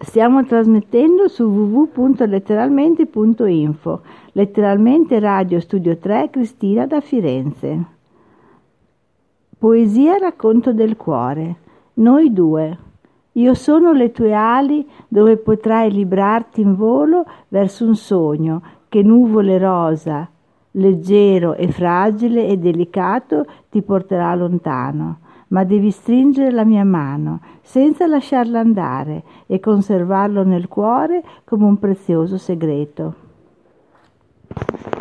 Stiamo trasmettendo su www.letteralmente.info. Letteralmente Radio Studio 3, Cristina da Firenze. Poesia racconto del cuore. Noi due. Io sono le tue ali dove potrai librarti in volo verso un sogno che nuvole rosa, leggero e fragile e delicato ti porterà lontano. Ma devi stringere la mia mano senza lasciarla andare e conservarlo nel cuore come un prezioso segreto.